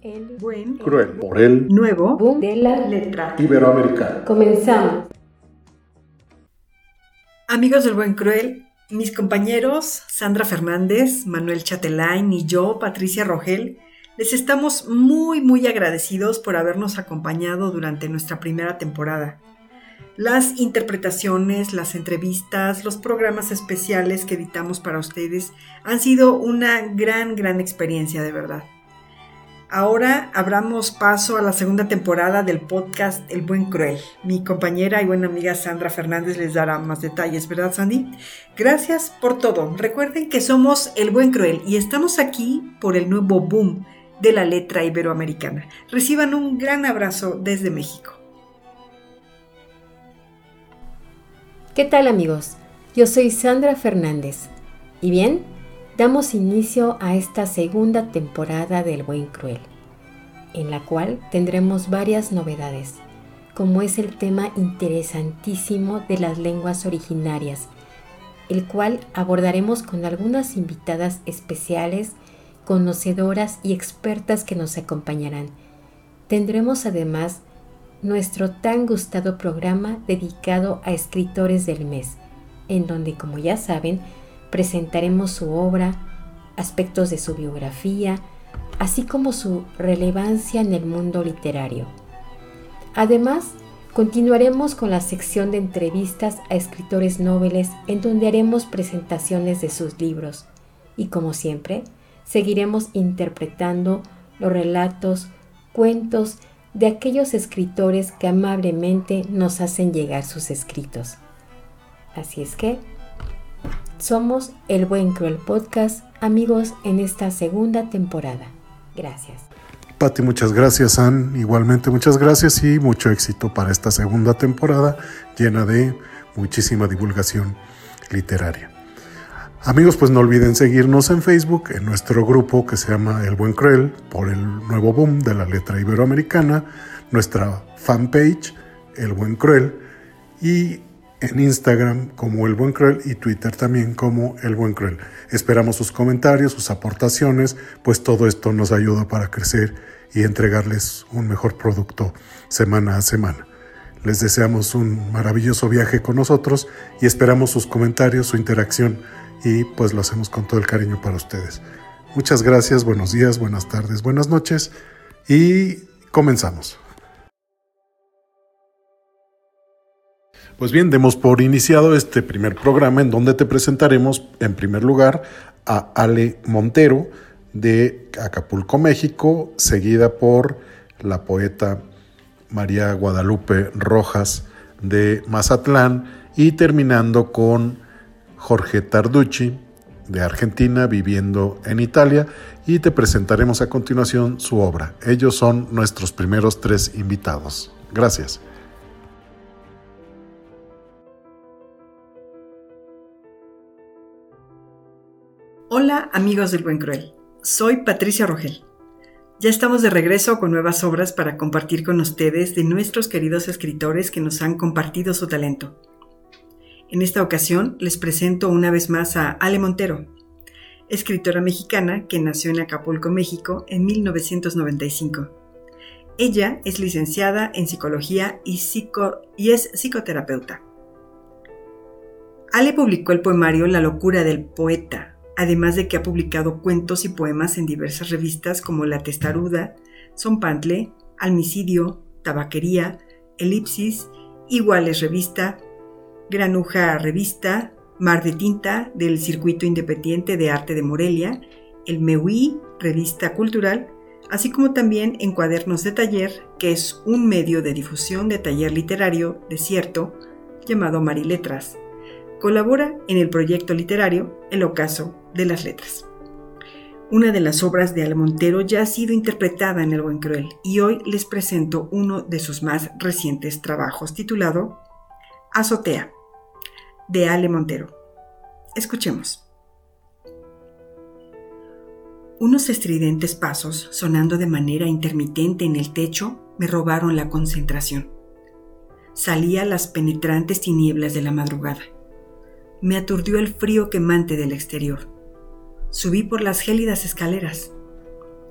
el buen, cruel, por el nuevo boom de la letra iberoamericana. Comenzamos. Amigos del Buen Cruel, mis compañeros Sandra Fernández, Manuel Chatelain y yo, Patricia Rogel, les estamos muy agradecidos por habernos acompañado durante nuestra primera temporada. Las interpretaciones, las entrevistas, los programas especiales que editamos para ustedes han sido una gran experiencia, de verdad. Ahora abramos paso a la segunda temporada del podcast El Buen Cruel. Mi compañera y buena amiga Sandra Fernández les dará más detalles, ¿verdad, Sandy? Gracias por todo. Recuerden que somos El Buen Cruel y estamos aquí por el nuevo boom de la letra iberoamericana. Reciban un gran abrazo desde México. ¿Qué tal, amigos? Yo soy Sandra Fernández. Y bien, damos inicio a esta segunda temporada del Buen Cruel, en la cual tendremos varias novedades, como es el tema interesantísimo de las lenguas originarias, el cual abordaremos con algunas invitadas especiales, conocedoras y expertas que nos acompañarán. Tendremos además nuestro tan gustado programa dedicado a escritores del mes, en donde, como ya saben, presentaremos su obra, aspectos de su biografía, así como su relevancia en el mundo literario. Además, continuaremos con la sección de entrevistas a escritores noveles, en donde haremos presentaciones de sus libros y, como siempre, seguiremos interpretando los relatos, cuentos de aquellos escritores que amablemente nos hacen llegar sus escritos. Así es que somos El Buen Cruel Podcast, amigos, en esta segunda temporada. Gracias. Pati, muchas gracias. San, igualmente muchas gracias y mucho éxito para esta segunda temporada llena de muchísima divulgación literaria. Amigos, pues no olviden seguirnos en Facebook, en nuestro grupo que se llama El Buen Cruel, por el nuevo boom de la letra iberoamericana, nuestra fanpage, El Buen Cruel, y en Instagram como El Buen Cruel y Twitter también como El Buen Cruel. Esperamos sus comentarios, sus aportaciones, pues todo esto nos ayuda para crecer y entregarles un mejor producto semana a semana. Les deseamos un maravilloso viaje con nosotros y esperamos sus comentarios, su interacción, y pues lo hacemos con todo el cariño para ustedes. Muchas gracias, buenos días, buenas tardes, buenas noches y comenzamos. Pues bien, demos por iniciado este primer programa en donde te presentaremos en primer lugar a Ale Montero de Acapulco, México, seguida por la poeta María Guadalupe Rojas de Mazatlán y terminando con Jorge Tarducci de Argentina viviendo en Italia, y te presentaremos a continuación su obra. Ellos son nuestros primeros 3 invitados. Gracias. Hola amigos del Buen Cruel, soy Patricia Rogel. Ya estamos de regreso con nuevas obras para compartir con ustedes de nuestros queridos escritores que nos han compartido su talento. En esta ocasión les presento una vez más a Ale Montero, escritora mexicana que nació en Acapulco, México en 1995. Ella es licenciada en psicología y es psicoterapeuta. Ale publicó el poemario La locura del poeta, además de que ha publicado cuentos y poemas en diversas revistas como La Testaruda, Zompantle, Almicidio, Tabaquería, Elipsis, Iguales Revista, Granuja Revista, Mar de Tinta del Circuito Independiente de Arte de Morelia, El Mehuí, Revista Cultural, así como también en Cuadernos de Taller, que es un medio de difusión de taller literario desierto llamado Mariletras. Colabora en el proyecto literario El Ocaso de las Letras. Una de las obras de Ale Montero ya ha sido interpretada en El Buen Cruel y hoy les presento uno de sus más recientes trabajos titulado Azotea, de Ale Montero. Escuchemos. Unos estridentes pasos sonando de manera intermitente en el techo me robaron la concentración. Salí a las penetrantes tinieblas de la madrugada. Me aturdió el frío quemante del exterior. Subí por las gélidas escaleras.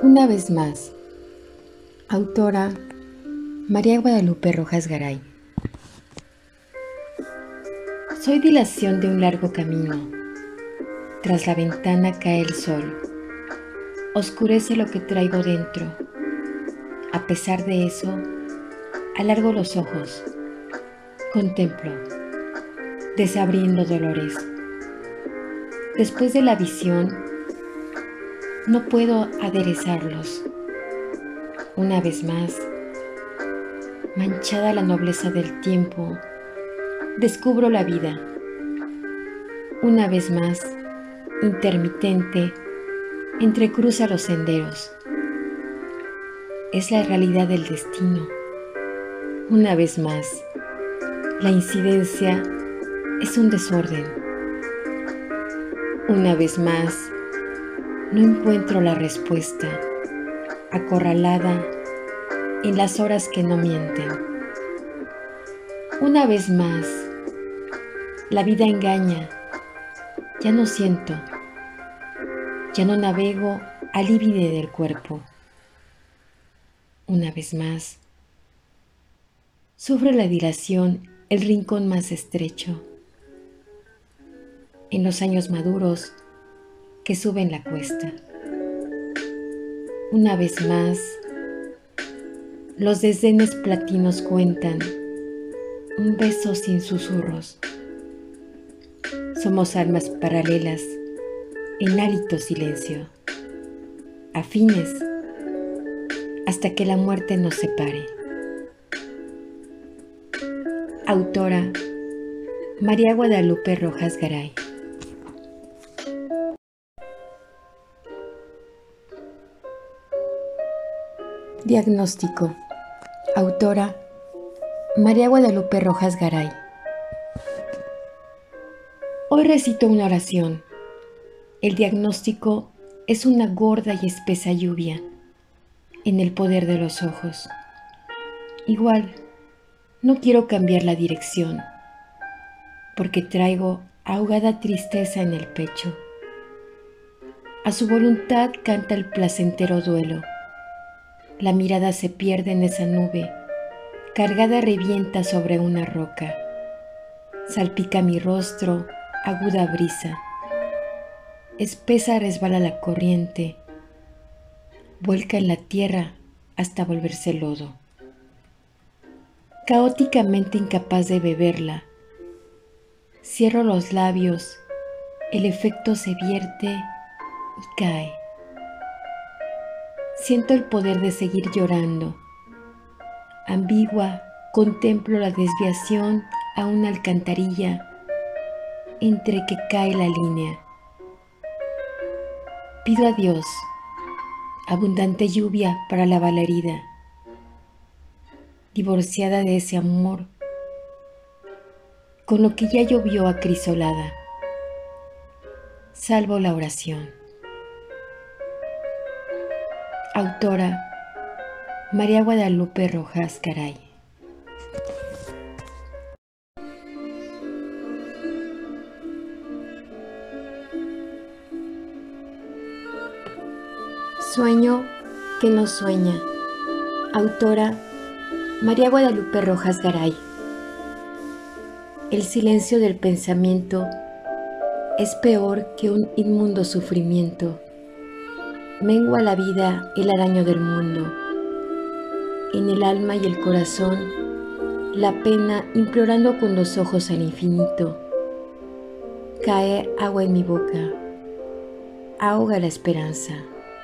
Una vez más. Autora María Guadalupe Rojas Garay. Soy dilación de un largo camino. Tras la ventana cae el sol. Oscurece lo que traigo dentro. A pesar de eso, alargo los ojos. Contemplo, desabriendo dolores. Después de la visión, no puedo aderezarlos. Una vez más, manchada la nobleza del tiempo, descubro la vida. Una vez más, intermitente, entrecruza los senderos. Es la realidad del destino. Una vez más, la incidencia es un desorden. Una vez más, no encuentro la respuesta, acorralada en las horas que no mienten. Una vez más, la vida engaña. Ya no siento, ya no navego al límite del cuerpo. Una vez más, sufre la dilación el rincón más estrecho. En los años maduros que suben la cuesta. Una vez más, los desdenes platinos cuentan un beso sin susurros. Somos almas paralelas en hálito silencio, afines hasta que la muerte nos separe. Autora María Guadalupe Rojas Garay. Diagnóstico. Autora María Guadalupe Rojas Garay. Hoy recito una oración. El diagnóstico es una gorda y espesa lluvia en el poder de los ojos. Igual, no quiero cambiar la dirección, porque traigo ahogada tristeza en el pecho. A su voluntad canta el placentero duelo. La mirada se pierde en esa nube, cargada revienta sobre una roca. Salpica mi rostro, aguda brisa. Espesa resbala la corriente, vuelca en la tierra hasta volverse lodo. Caóticamente incapaz de beberla, cierro los labios, el efecto se vierte y cae. Siento el poder de seguir llorando. Ambigua, contemplo la desviación a una alcantarilla entre que cae la línea. Pido a Dios abundante lluvia para lavar la herida. Divorciada de ese amor, con lo que ya llovió acrisolada, salvo la oración. Autora María Guadalupe Rojas Garay. Sueño que no sueña. Autora María Guadalupe Rojas Garay. El silencio del pensamiento es peor que un inmundo sufrimiento. Mengua la vida el araño del mundo. En el alma y el corazón, la pena implorando con los ojos al infinito. Cae agua en mi boca, ahoga la esperanza.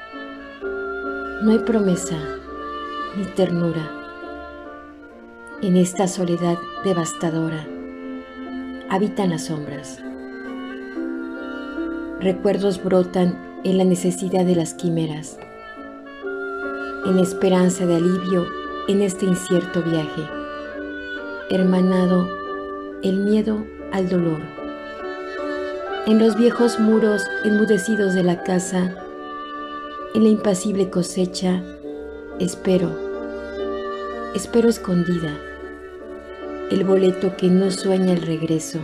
No hay promesa ni ternura. En esta soledad devastadora habitan las sombras. Recuerdos brotan en la necesidad de las quimeras, en esperanza de alivio en este incierto viaje, hermanado el miedo al dolor. En los viejos muros enmudecidos de la casa, en la impasible cosecha, espero escondida, el boleto que no sueña el regreso.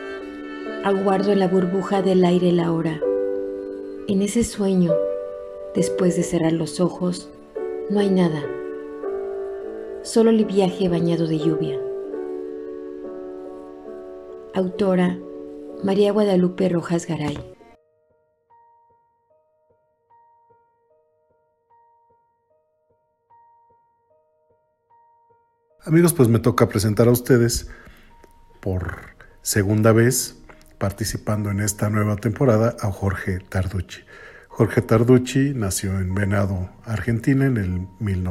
Aguardo en la burbuja del aire la hora. En ese sueño Después de cerrar los ojos, no hay nada, solo el viaje bañado de lluvia. Autora María Guadalupe Rojas Garay. Amigos, pues me toca presentar a ustedes por segunda vez, participando en esta nueva temporada, a Jorge Tarducci. Jorge Tarducci nació en Venado, Argentina, en el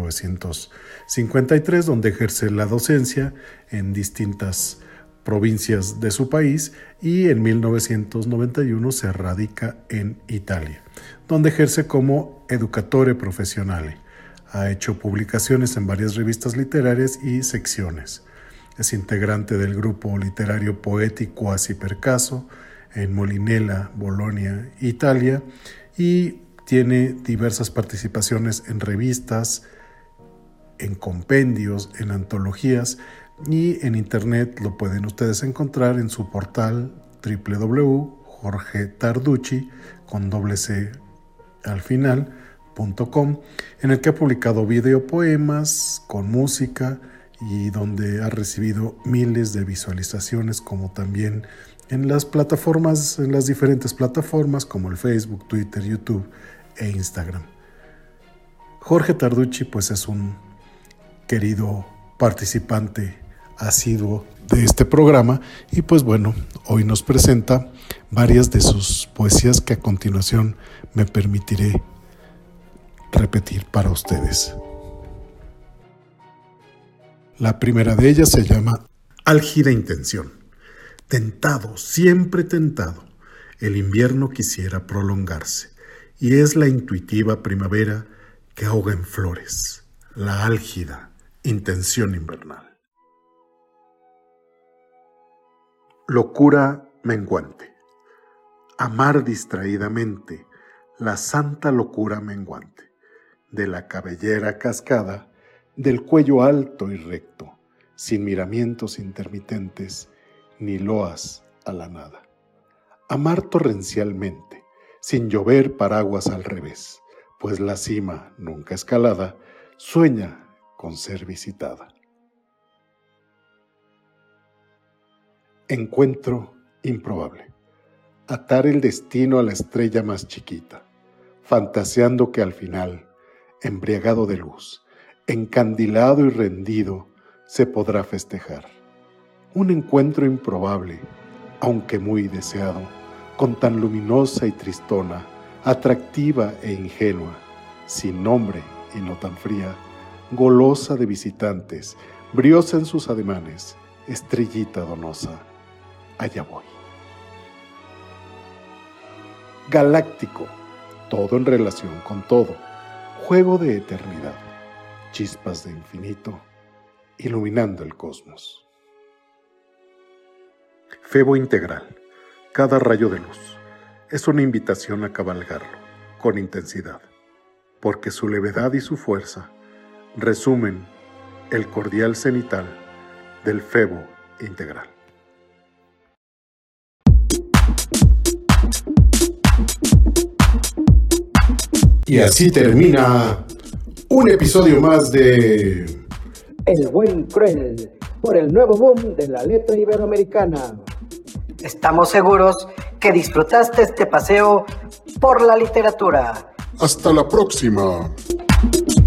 1953, donde ejerce la docencia en distintas provincias de su país, y en 1991 se radica en Italia, donde ejerce como educatore professionale. Ha hecho publicaciones en varias revistas literarias y secciones. Es integrante del grupo literario Poeti Quasi per Caso en Molinella, Bolonia, Italia, y tiene diversas participaciones en revistas, en compendios, en antologías, y en internet lo pueden ustedes encontrar en su portal www.jorgetarducci.com, en el que ha publicado videopoemas con música y donde ha recibido miles de visualizaciones, como también en las plataformas, en las diferentes plataformas como el Facebook, Twitter, YouTube e Instagram. Jorge Tarducci pues es un querido participante asiduo de este programa y pues bueno, hoy nos presenta varias de sus poesías que a continuación me permitiré repetir para ustedes. La primera de ellas se llama Álgida Intención. Tentado, siempre tentado, el invierno quisiera prolongarse, y es la intuitiva primavera que ahoga en flores, la álgida intención invernal. Locura menguante. Amar distraídamente, la santa locura menguante, de la cabellera cascada, del cuello alto y recto, sin miramientos intermitentes, ni loas a la nada. Amar torrencialmente, sin llover paraguas al revés, pues la cima, nunca escalada, sueña con ser visitada. Encuentro improbable. Atar el destino a la estrella más chiquita, fantaseando que al final, embriagado de luz, encandilado y rendido, se podrá festejar. Un encuentro improbable, aunque muy deseado, con tan luminosa y tristona, atractiva e ingenua, sin nombre y no tan fría, golosa de visitantes, briosa en sus ademanes, estrellita donosa, allá voy. Galáctico, todo en relación con todo, juego de eternidad, chispas de infinito, iluminando el cosmos. Febo integral, cada rayo de luz, es una invitación a cabalgarlo con intensidad, porque su levedad y su fuerza resumen el cordial cenital del Febo integral. Y así termina un episodio más de El Buen Cruel, por el nuevo boom de la letra iberoamericana. Estamos seguros que disfrutaste este paseo por la literatura. Hasta la próxima.